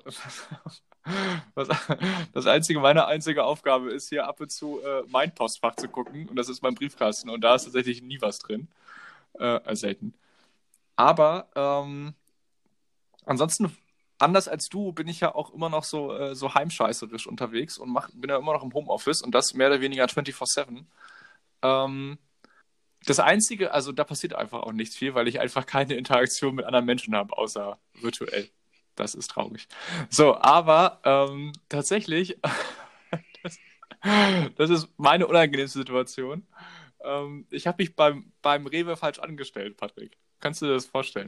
S1: Was, das einzige, meine einzige Aufgabe ist hier ab und zu äh, mein Postfach zu gucken und das ist mein Briefkasten und da ist tatsächlich nie was drin. Äh, äh, selten. Aber ähm, ansonsten, anders als du, bin ich ja auch immer noch so, äh, so heimscheißerisch unterwegs und mach, bin ja immer noch im Homeoffice und das mehr oder weniger vierundzwanzig sieben. Ähm, das Einzige, also da passiert einfach auch nichts viel, weil ich einfach keine Interaktion mit anderen Menschen habe, außer virtuell. Das ist traurig. So, aber ähm, tatsächlich, das, das ist meine unangenehmste Situation. Ähm, ich habe mich beim, beim Rewe falsch angestellt, Patrick. Kannst du dir das vorstellen?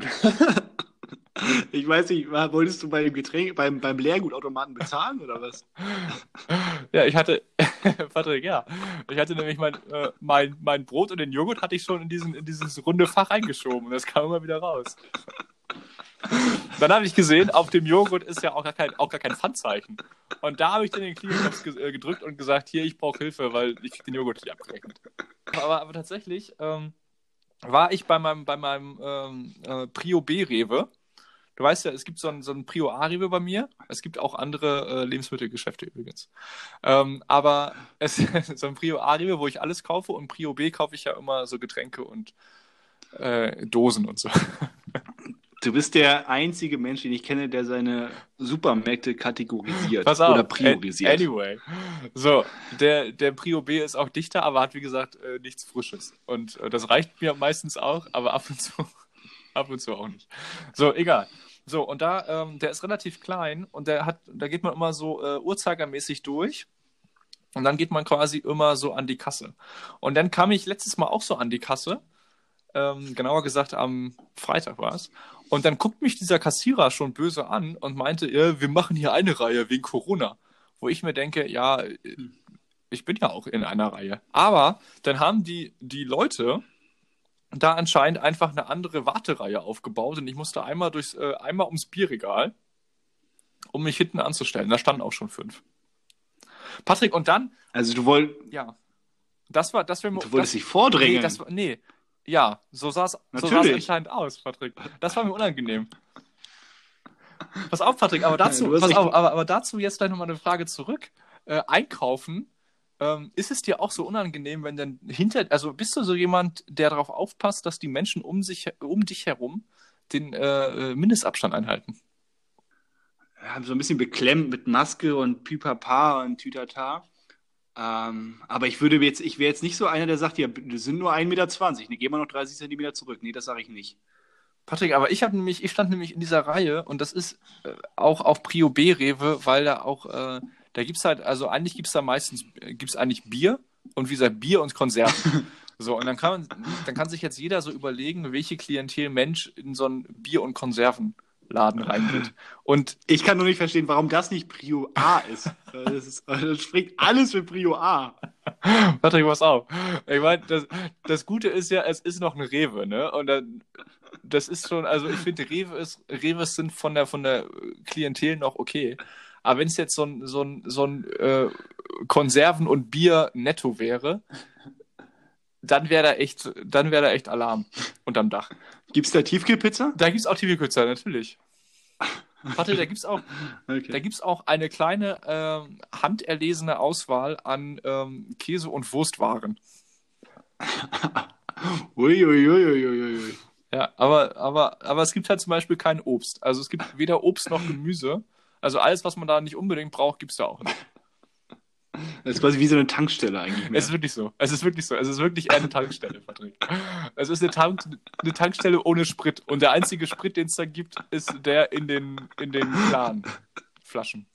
S2: Ich weiß nicht, wolltest du beim Getränk, beim, beim Leergutautomaten bezahlen oder was?
S1: Ja, ich hatte, Patrick, ja. Ich hatte nämlich mein, äh, mein, mein Brot und den Joghurt hatte ich schon in, diesen, in dieses runde Fach eingeschoben und das kam immer wieder raus. Dann habe ich gesehen, auf dem Joghurt ist ja auch gar kein, auch gar kein Pfandzeichen. Und da habe ich dann den Klingelschild ge- äh, gedrückt und gesagt, hier, ich brauche Hilfe, weil ich krieg den Joghurt nicht abgerechnet. Aber, aber tatsächlich ähm, war ich bei meinem, bei meinem ähm, äh, Prio B-Rewe. Du weißt ja, es gibt so ein, so ein Prio A-Rewe bei mir. Es gibt auch andere äh, Lebensmittelgeschäfte übrigens. Ähm, aber es ist so ein Prio A-Rewe, wo ich alles kaufe und Prio B kaufe ich ja immer so Getränke und äh, Dosen und so.
S2: Du bist der einzige Mensch, den ich kenne, der seine Supermärkte kategorisiert
S1: Pass auf,
S2: oder priorisiert.
S1: Anyway. So, der, der Prio B ist auch dichter, aber hat wie gesagt äh, nichts Frisches. Und äh, das reicht mir meistens auch, aber ab und zu, ab und zu auch nicht. So, egal. So, und da, ähm, der ist relativ klein und der hat, da geht man immer so äh, uhrzeigermäßig durch. Und dann geht man quasi immer so an die Kasse. Und dann kam ich letztes Mal auch so an die Kasse. Ähm, genauer gesagt am Freitag war es. Und dann guckt mich dieser Kassierer schon böse an und meinte, ja, wir machen hier eine Reihe wegen Corona. Wo ich mir denke, ja, ich bin ja auch in einer Reihe. Aber dann haben die, die Leute da anscheinend einfach eine andere Wartereihe aufgebaut und ich musste einmal durchs, äh, einmal ums Bierregal, um mich hinten anzustellen. Da standen auch schon fünf. Patrick, und dann,
S2: Also du, woll,
S1: ja, das war, das wäre mir.
S2: du wolltest
S1: das,
S2: dich vordrängeln.
S1: Nee, das war, nee. Ja, so sah es so
S2: Natürlich.
S1: anscheinend aus, Patrick. Das war mir unangenehm. Pass auf, Patrick, aber dazu,
S2: Ja, du hast
S1: pass
S2: nicht-
S1: auf, aber, aber dazu jetzt gleich nochmal eine Frage zurück. Äh, einkaufen, ähm, ist es dir auch so unangenehm, wenn dann hinter, also bist du so jemand, der darauf aufpasst, dass die Menschen um sich, um dich herum den äh, Mindestabstand einhalten?
S2: Ja, so ein bisschen beklemmt mit Maske und Pipapa und Tütata. Ähm, aber ich würde jetzt, ich wäre jetzt nicht so einer, der sagt, ja, das sind nur ein Meter zwanzig, ne, geh mal noch dreißig Zentimeter zurück. Nee, das sage ich nicht.
S1: Patrick, aber ich habe nämlich, ich stand nämlich in dieser Reihe und das ist äh, auch auf Prio B Rewe, weil da auch, äh, da gibt's halt, also eigentlich gibt's da meistens, äh, gibt's eigentlich Bier und wie gesagt Bier und Konserven. So, und dann kann man, dann kann sich jetzt jeder so überlegen, welche Klientel Mensch in so einen Bier- und Konservenladen reingeht. Und
S2: Ich kann nur nicht verstehen, warum das nicht Prio A ist. Das, ist, das spricht alles für Prio A.
S1: Patrick, pass auf. Ich meine, das, das Gute ist ja, es ist noch ein Rewe, ne? Und dann das ist schon, also ich finde, Rewe ist, Rewe sind von der, von der Klientel noch okay. Aber wenn es jetzt so ein, so ein, so ein äh, Konserven- und Bier-Netto wäre, dann wäre da echt, dann wäre da echt Alarm unterm Dach.
S2: Gibt's da Tiefkühlpizza?
S1: Da gibt es auch Tiefkühlpizza, natürlich. Warte, da gibt es auch,
S2: Okay.
S1: da gibt's auch eine kleine ähm, handerlesene Auswahl an ähm, Käse- und Wurstwaren.
S2: Uiuiuiuiui.
S1: Ja, aber, aber, aber es gibt halt zum Beispiel kein Obst. Also es gibt weder Obst noch Gemüse. Also alles, was man da nicht unbedingt braucht, gibt es da auch nicht.
S2: Das ist quasi wie so eine Tankstelle eigentlich. Mehr.
S1: Es ist wirklich so. Es ist wirklich so. Es ist wirklich eher eine Tankstelle, Patrick. Es ist eine, Tank, eine Tankstelle ohne Sprit. Und der einzige Sprit, den es da gibt, ist der in den, in den klaren Flaschen.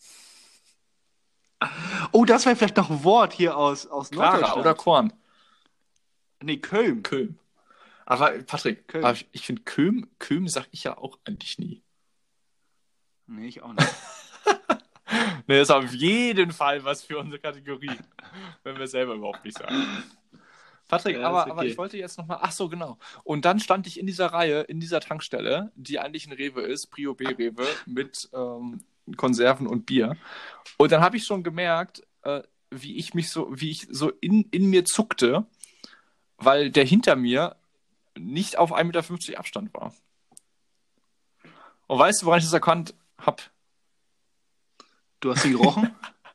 S2: Oh, das wäre vielleicht noch ein Wort hier aus, aus
S1: Clara
S2: Norddeutschland.
S1: oder Korn.
S2: Nee, Köln.
S1: Köhm. Aber Patrick,
S2: Köln.
S1: aber ich, ich finde Köhm, Köhm sag ich ja auch eigentlich nie.
S2: Nee, ich auch nicht.
S1: Ne, das ist auf jeden Fall was für unsere Kategorie. Wenn wir selber überhaupt nicht sagen. Patrick,
S2: Ja,
S1: aber,
S2: ist
S1: aber
S2: okay.
S1: ich wollte jetzt nochmal, ach so, genau. Und dann stand ich in dieser Reihe, in dieser Tankstelle, die eigentlich ein Rewe ist, Prio B Rewe, mit ähm, Konserven und Bier. Und dann habe ich schon gemerkt, äh, wie ich mich so, wie ich so in, in mir zuckte, weil der hinter mir nicht auf ein Meter fünfzig Abstand war. Und weißt du, woran ich das erkannt habe?
S2: Du hast ihn gerochen?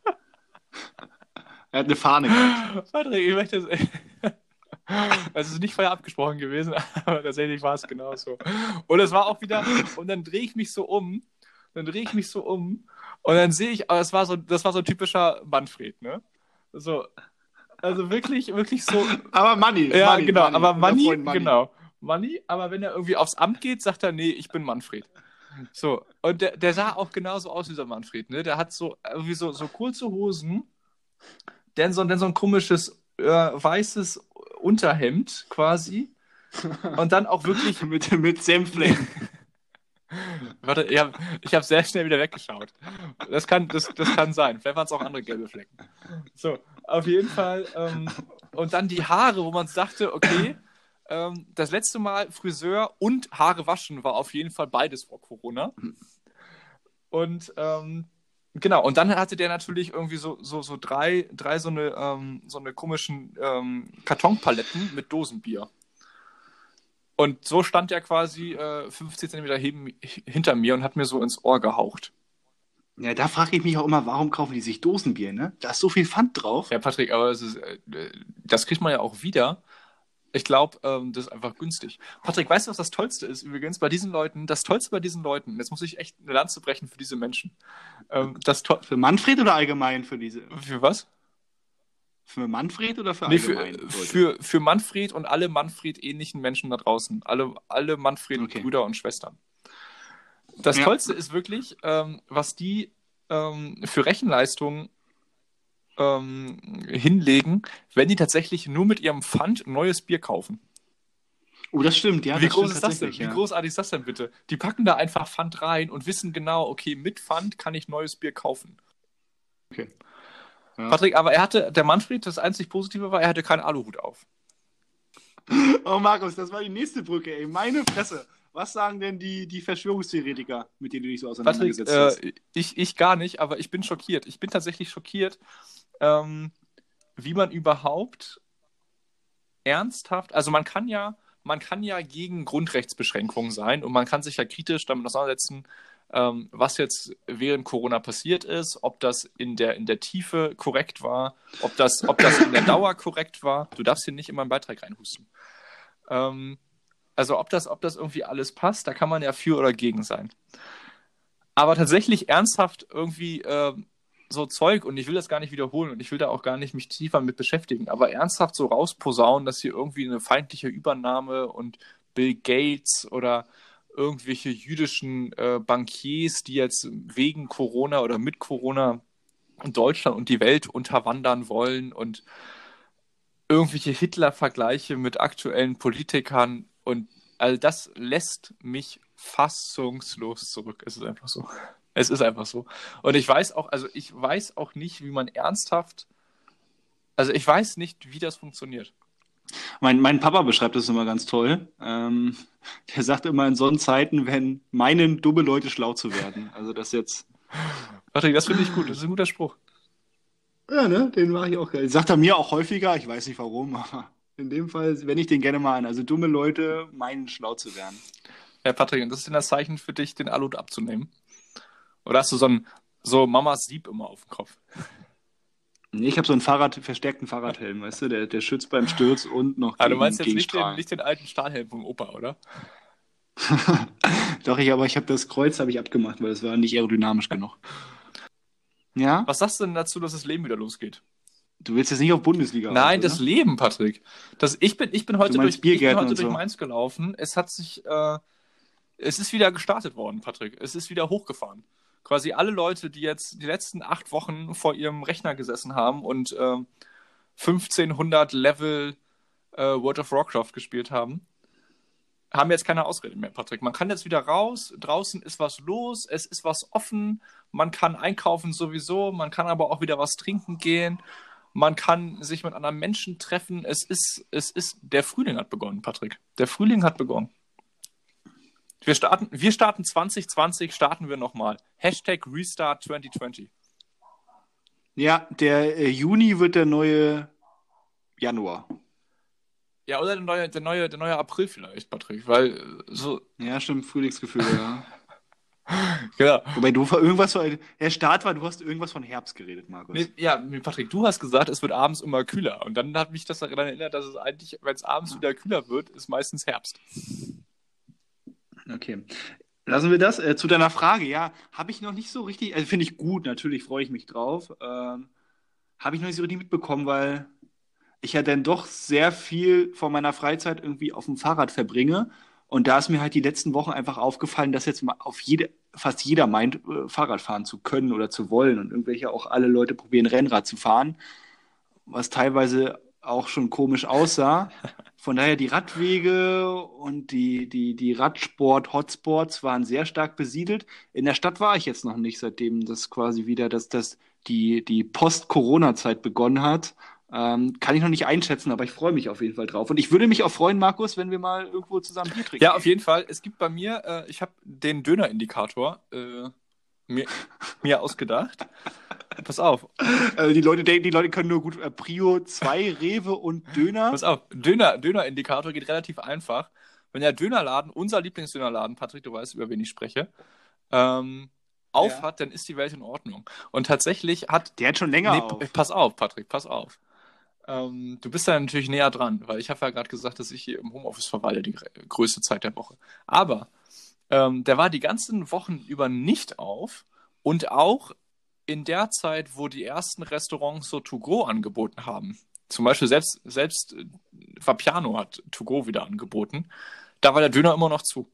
S2: Er hat eine Fahne gehabt.
S1: Patrick, ich möchte das. Es ist nicht vorher abgesprochen gewesen, aber tatsächlich war es genauso. Und es war auch wieder, und dann drehe ich mich so um, dann drehe ich mich so um und dann sehe ich, aber es war so, das war so ein typischer Manfred, ne? So, also wirklich, wirklich so.
S2: Aber Manni.
S1: Ja,
S2: Manni,
S1: genau,
S2: Manni,
S1: aber
S2: unser
S1: Manni,
S2: Freund Manni.
S1: genau, Manni, aber wenn er irgendwie aufs Amt geht, sagt er, nee, ich bin Manfred. So, und der, der sah auch genauso aus, dieser Manfred, ne? Der hat so irgendwie so, so kurze Hosen, dann so, dann so ein komisches äh, weißes Unterhemd quasi und dann auch wirklich.
S2: mit, mit Senflecken.
S1: Warte, ich habe ich hab sehr schnell wieder weggeschaut. Das kann, das, das kann sein. Vielleicht waren es auch andere gelbe Flecken. So, auf jeden Fall. Ähm, und dann die Haare, wo man dachte, okay, ähm, das letzte Mal Friseur und Haare waschen war auf jeden Fall beides vor Corona. Und ähm, genau, und dann hatte der natürlich irgendwie so, so, so drei, drei so eine, ähm, so eine komischen ähm, Kartonpaletten mit Dosenbier. Und so stand er quasi äh, fünfzehn Zentimeter heben, hinter mir und hat mir so ins Ohr gehaucht.
S2: Ja, da frage ich mich auch immer, warum kaufen die sich Dosenbier, ne? Da ist so viel Pfand drauf.
S1: Ja, Patrick, aber das, ist, äh, das kriegt man ja auch wieder. Ich glaube, ähm, das ist einfach günstig. Patrick, weißt du, was das Tollste ist übrigens bei diesen Leuten? Das Tollste bei diesen Leuten, jetzt muss ich echt eine Lanze brechen für diese Menschen. Ähm, das to-
S2: Für Manfred oder allgemein für diese?
S1: für was?
S2: Für Manfred oder für
S1: Nee, für,
S2: allgemein? Leute?
S1: für, für Manfred und alle Manfred-ähnlichen Menschen da draußen. Alle, alle Manfred-Brüder
S2: Okay.
S1: und Schwestern. Das
S2: Ja.
S1: Tollste ist wirklich, ähm, was die ähm, für Rechenleistungen ähm, hinlegen, wenn die tatsächlich nur mit ihrem Pfand neues Bier kaufen.
S2: Oh, das stimmt, ja.
S1: Wie
S2: das
S1: groß
S2: stimmt
S1: ist das denn?
S2: tatsächlich,
S1: Wie
S2: ja.
S1: großartig ist das denn bitte? Die packen da einfach Pfand rein und wissen genau, okay, mit Pfand kann ich neues Bier kaufen.
S2: Okay. Ja.
S1: Patrick, aber er hatte, der Manfred, das einzig Positive war, er hatte keinen Aluhut auf.
S2: Oh, Markus, das war die nächste Brücke, ey. Meine Fresse. Was sagen denn die, die Verschwörungstheoretiker, mit denen du dich so
S1: Patrick,
S2: auseinandergesetzt hast?
S1: äh, ich, ich gar nicht, aber ich bin schockiert. Ich bin tatsächlich schockiert, ähm, wie man überhaupt ernsthaft, also man kann ja, man kann ja gegen Grundrechtsbeschränkungen sein und man kann sich ja kritisch damit auseinandersetzen, ähm, was jetzt während Corona passiert ist, ob das in der, in der Tiefe korrekt war, ob das, ob das in der Dauer korrekt war. Du darfst hier nicht immer einen Beitrag reinhusten. Ähm, also ob das, ob das irgendwie alles passt, da kann man ja für oder gegen sein. Aber tatsächlich ernsthaft irgendwie ähm, so Zeug, und ich will das gar nicht wiederholen und ich will da auch gar nicht mich tiefer mit beschäftigen, aber ernsthaft so rausposaunen, dass hier irgendwie eine feindliche Übernahme und Bill Gates oder irgendwelche jüdischen äh, Bankiers, die jetzt wegen Corona oder mit Corona Deutschland und die Welt unterwandern wollen und irgendwelche Hitler-Vergleiche mit aktuellen Politikern, und all das lässt mich fassungslos zurück. Es ist einfach so. Es ist einfach so. Und ich weiß auch, also ich weiß auch nicht, wie man ernsthaft, also ich weiß nicht, wie das funktioniert.
S2: Mein, mein Papa beschreibt das immer ganz toll. Ähm, der sagt immer in solchen Zeiten, wenn meinen dumme Leute schlau zu werden. Also das jetzt,
S1: Patrick, das finde ich gut. Das ist ein guter Spruch.
S2: ja, ne, den mache ich auch gerne. Sagt er mir auch häufiger, ich weiß nicht warum, aber in dem Fall wende ich den gerne mal an. Also dumme Leute meinen schlau zu werden.
S1: Ja, Patrick, und das ist denn das Zeichen für dich, den Aluhut abzunehmen? Oder hast du so ein so Mamas Sieb immer auf dem Kopf?
S2: Nee, ich habe so einen Fahrrad, verstärkten Fahrradhelm, weißt du, der, der schützt beim Sturz und noch
S1: Ah, du
S2: gegen,
S1: meinst jetzt
S2: gegen
S1: nicht den,
S2: Strahlen.
S1: nicht den alten Stahlhelm vom Opa, oder?
S2: Doch, ich, aber ich habe das Kreuz habe ich abgemacht, weil es war nicht aerodynamisch genug. Ja?
S1: Was sagst du denn dazu, dass das Leben wieder losgeht?
S2: Du willst jetzt nicht auf Bundesliga
S1: Nein,
S2: raus,
S1: das
S2: oder?
S1: Leben, Patrick. Das, ich, bin, ich bin heute
S2: Du meinst
S1: durch, ich bin
S2: Biergärten
S1: heute
S2: und
S1: durch
S2: so.
S1: Mainz gelaufen. Es hat sich, äh, es ist wieder gestartet worden, Patrick. Es ist wieder hochgefahren. Quasi alle Leute, die jetzt die letzten acht Wochen vor ihrem Rechner gesessen haben und äh, fünfzehnhundert Level äh, World of Warcraft gespielt haben, haben jetzt keine Ausrede mehr, Patrick. Man kann jetzt wieder raus, draußen ist was los, es ist was offen, man kann einkaufen sowieso, man kann aber auch wieder was trinken gehen, man kann sich mit anderen Menschen treffen. Es ist, es ist, der Frühling hat begonnen, Patrick. Der Frühling hat begonnen. Wir starten, wir starten zwanzig zwanzig, starten wir nochmal. Hashtag Restart zwanzig zwanzig.
S2: Ja, der äh, Juni wird der neue Januar.
S1: Ja, oder der neue, der neue, der neue April vielleicht, Patrick, weil äh, so,
S2: Ja, stimmt, Frühlingsgefühl, ja.
S1: genau.
S2: Wobei du vor irgendwas von, der Start war, du hast irgendwas von Herbst geredet, Markus.
S1: Nee, ja, Patrick, du hast gesagt, es wird abends immer kühler. Und dann hat mich das daran erinnert, dass es eigentlich, wenn es abends wieder kühler wird, ist meistens Herbst.
S2: Okay. Lassen wir das. Äh, zu deiner Frage, ja, habe ich noch nicht so richtig, also finde ich gut, natürlich freue ich mich drauf. Ähm, habe ich noch nicht so richtig mitbekommen, weil ich ja dann doch sehr viel von meiner Freizeit irgendwie auf dem Fahrrad verbringe. Und da ist mir halt die letzten Wochen einfach aufgefallen, dass jetzt mal auf jede, fast jeder meint, äh, Fahrrad fahren zu können oder zu wollen. Und irgendwelche auch alle Leute probieren, Rennrad zu fahren, was teilweise auch schon komisch aussah. Von daher die Radwege und die, die, die Radsport-Hotspots waren sehr stark besiedelt. In der Stadt war ich jetzt noch nicht, seitdem das quasi wieder, dass das die, die Post-Corona-Zeit begonnen hat. Ähm, kann ich noch nicht einschätzen, aber ich freue mich auf jeden Fall drauf. Und ich würde mich auch freuen, Markus, wenn wir mal irgendwo zusammen Bier trinken.
S1: Ja, auf jeden Fall. Es gibt bei mir, äh, ich habe den Döner-Indikator äh, mir, mir ausgedacht. Pass auf.
S2: Also die Leute denken, die Leute können nur gut äh, Prio zwei, Rewe und Döner.
S1: Pass auf. Döner, Döner-Indikator geht relativ einfach. Wenn der Dönerladen, unser Lieblingsdönerladen, Patrick, du weißt, über wen ich spreche, ähm, auf
S2: Ja.
S1: hat, dann ist die Welt in Ordnung. Und tatsächlich hat.
S2: Der hat schon länger
S1: Nee,
S2: auf.
S1: p- pass auf, Patrick, pass auf. Ähm, du bist da natürlich näher dran, weil ich habe ja gerade gesagt, dass ich hier im Homeoffice verweile, die gr- größte Zeit der Woche. Aber ähm, der war die ganzen Wochen über nicht auf und auch in der Zeit, wo die ersten Restaurants so To-Go angeboten haben. Zum Beispiel selbst, selbst äh, Vapiano hat To-Go wieder angeboten. Da war der Döner immer noch zu.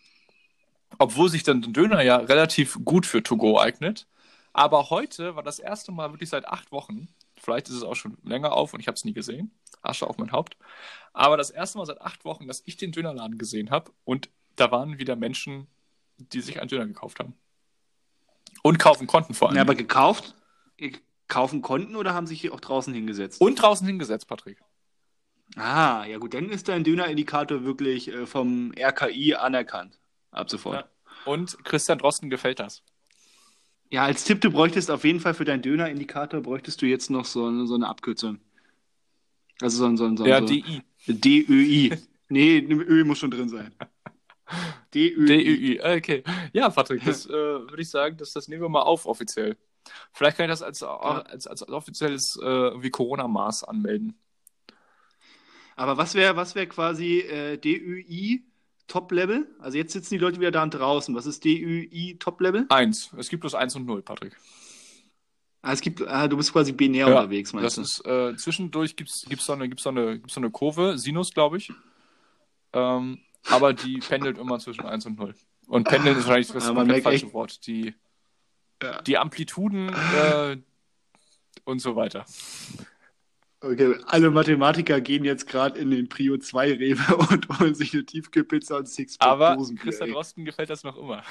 S1: Obwohl sich dann der Döner ja relativ gut für To-Go eignet. Aber heute war das erste Mal wirklich seit acht Wochen, vielleicht ist es auch schon länger auf und ich habe es nie gesehen, Asche auf mein Haupt, aber das erste Mal seit acht Wochen, dass ich den Dönerladen gesehen habe und da waren wieder Menschen, die sich einen Döner gekauft haben. Und kaufen konnten vor allem.
S2: Ja, aber gekauft, kaufen konnten oder haben sich hier auch draußen hingesetzt?
S1: Und draußen hingesetzt, Patrick.
S2: Ah, ja gut, dann ist dein Döner-Indikator wirklich äh, vom R K I anerkannt. Ab sofort.
S1: Ja. Und Christian Drosten gefällt das.
S2: Ja, als Tipp, du bräuchtest auf jeden Fall für deinen Döner-Indikator, bräuchtest du jetzt noch so eine, so eine Abkürzung. Also so ein, so ein, so ein
S1: Ja,
S2: so
S1: D I.
S2: D Ö I. Nee, Ö muss schon drin sein. D Ö I.
S1: D Ö I, okay. Ja, Patrick, das äh, würde ich sagen, das, das nehmen wir mal auf offiziell. Vielleicht kann ich das als, als, als, als offizielles äh, wie Corona-Maß anmelden.
S2: Aber was wäre was wär quasi äh, D Ö I Top-Level? Also jetzt sitzen die Leute wieder da draußen. Was ist D Ö I Top-Level?
S1: Eins. Es gibt bloß eins und null, Patrick.
S2: Ah, es gibt, ah, du bist quasi binär
S1: Ja,
S2: unterwegs, meinst
S1: das
S2: du?
S1: ist, äh, zwischendurch gibt es gibt's so, eine- gibt's so, eine- gibt's so eine Kurve, Sinus, glaube ich. Ähm, aber die pendelt immer zwischen eins und null. Und pendeln ist wahrscheinlich das
S2: Ja, man
S1: komplett
S2: merkt
S1: falsche
S2: echt-
S1: Wort. Die,
S2: Ja.
S1: die Amplituden äh, und so weiter.
S2: Okay, alle Mathematiker gehen jetzt gerade in den Prio zwei Rewe und holen sich eine Tiefkühlpizza und Sixpack
S1: Aber
S2: Dosenbier,
S1: Christian
S2: ey.
S1: Drosten gefällt das noch immer.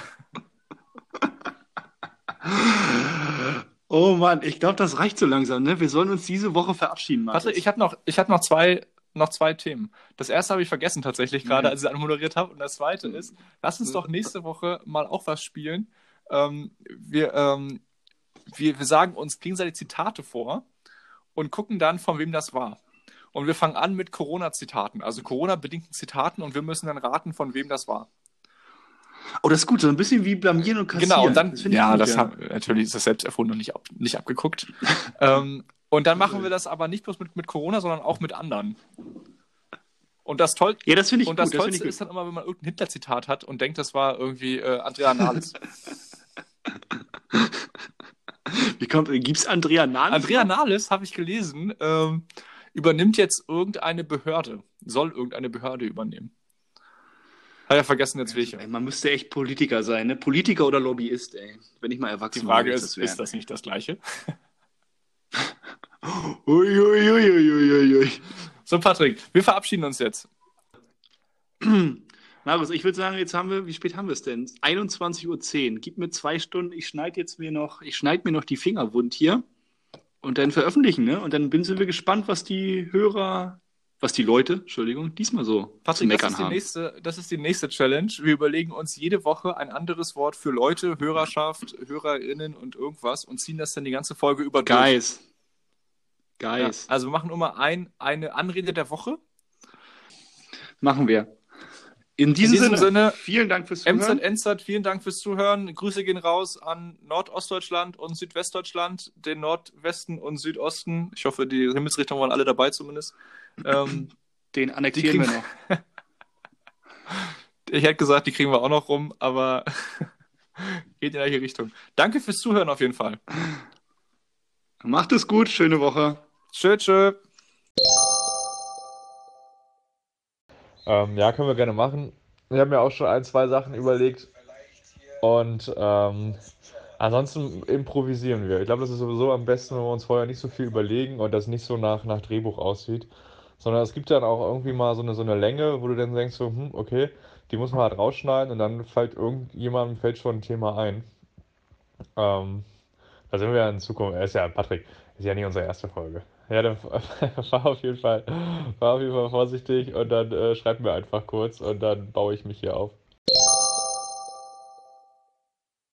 S2: Oh Mann, ich glaube, das reicht so langsam, ne? Wir sollen uns diese Woche verabschieden, Markus.
S1: Warte, ich habe noch, ich hab noch zwei noch zwei Themen. Das erste habe ich vergessen tatsächlich gerade,
S2: Nein.
S1: als ich es anmoderiert habe. Und das zweite ist, lass uns doch nächste Woche mal auch was spielen. Ähm, wir, ähm, wir, wir sagen uns gegenseitig Zitate vor und gucken dann, von wem das war. Und wir fangen an mit Corona-Zitaten, also Corona-bedingten Zitaten, und wir müssen dann raten, von wem das war.
S2: Oh, das ist gut, so ein bisschen wie blamieren und kassieren.
S1: Genau, und dann,
S2: das finde ich
S1: ja,
S2: gut,
S1: das haben, natürlich ist das selbst erfunden und nicht, ab, nicht abgeguckt. ähm, und dann machen wir das aber nicht bloß mit, mit Corona, sondern auch mit anderen. Und das, Toll
S2: Ja, das finde ich
S1: und
S2: gut.
S1: das
S2: das finde
S1: Tollste
S2: ich
S1: ist dann immer, wenn man irgendein Hitler-Zitat hat und denkt, das war irgendwie äh, Andrea Nahles.
S2: Wie kommt, gibt's Andrea Nahles?
S1: Andrea Nahles, habe ich gelesen, ähm, übernimmt jetzt irgendeine Behörde. Soll irgendeine Behörde übernehmen. Habe ja vergessen jetzt welche.
S2: Ey, man müsste echt Politiker sein, ne? Politiker oder Lobbyist, ey. Wenn ich mal erwachsen
S1: Die Frage
S2: wäre,
S1: ist, ist das nicht das Gleiche?
S2: Uiuiuiuiui. Ui, ui, ui.
S1: So, Patrick, wir verabschieden uns jetzt.
S2: Markus, ich würde sagen, jetzt haben wir, wie spät haben wir es denn? einundzwanzig Uhr zehn. Gib mir zwei Stunden, ich schneide jetzt mir noch, ich schneide mir noch die Finger wund hier und dann veröffentlichen, ne? Und dann bin sind wir gespannt, was die Hörer, was die Leute, Entschuldigung, diesmal so zu
S1: Patrick, das
S2: meckern
S1: ist, die
S2: haben.
S1: nächste, das ist die nächste Challenge. Wir überlegen uns jede Woche ein anderes Wort für Leute, Hörerschaft, HörerInnen und irgendwas und ziehen das dann die ganze Folge über durch.
S2: Geist.
S1: Ja,
S2: Geist.
S1: also wir machen immer ein, eine Anrede der Woche.
S2: Machen wir. In diesem,
S1: In diesem
S2: Sinne,
S1: Sinne,
S2: vielen Dank fürs
S1: M Z
S2: Zuhören.
S1: N Z, vielen Dank fürs Zuhören. Grüße gehen raus an Nordostdeutschland und Südwestdeutschland, den Nordwesten und Südosten. Ich hoffe, die Himmelsrichtungen waren alle dabei zumindest. Ähm,
S2: Den
S1: die
S2: annektieren wir
S1: kriegen,
S2: noch.
S1: ich hätte gesagt, die kriegen wir auch noch rum, aber geht in die gleiche Richtung. Danke fürs Zuhören auf jeden Fall.
S2: Macht es gut, schöne Woche.
S1: Tschö, tschö.
S4: Ähm, ja, können wir gerne machen. Ich habe mir auch schon ein, zwei Sachen überlegt und ähm, ansonsten improvisieren wir. Ich glaube, das ist sowieso am besten, wenn wir uns vorher nicht so viel überlegen und das nicht so nach, nach Drehbuch aussieht, sondern es gibt dann auch irgendwie mal so eine, so eine Länge, wo du dann denkst, so, hm, okay, die muss man halt rausschneiden und dann fällt irgendjemandem fällt schon ein Thema ein. Ähm, da sind wir ja in Zukunft, er ist ja Patrick, ist ja nicht unsere erste Folge. Ja, dann fahr auf jeden Fall, fahr auf jeden Fall vorsichtig und dann äh, schreib mir einfach kurz und dann baue ich mich hier auf.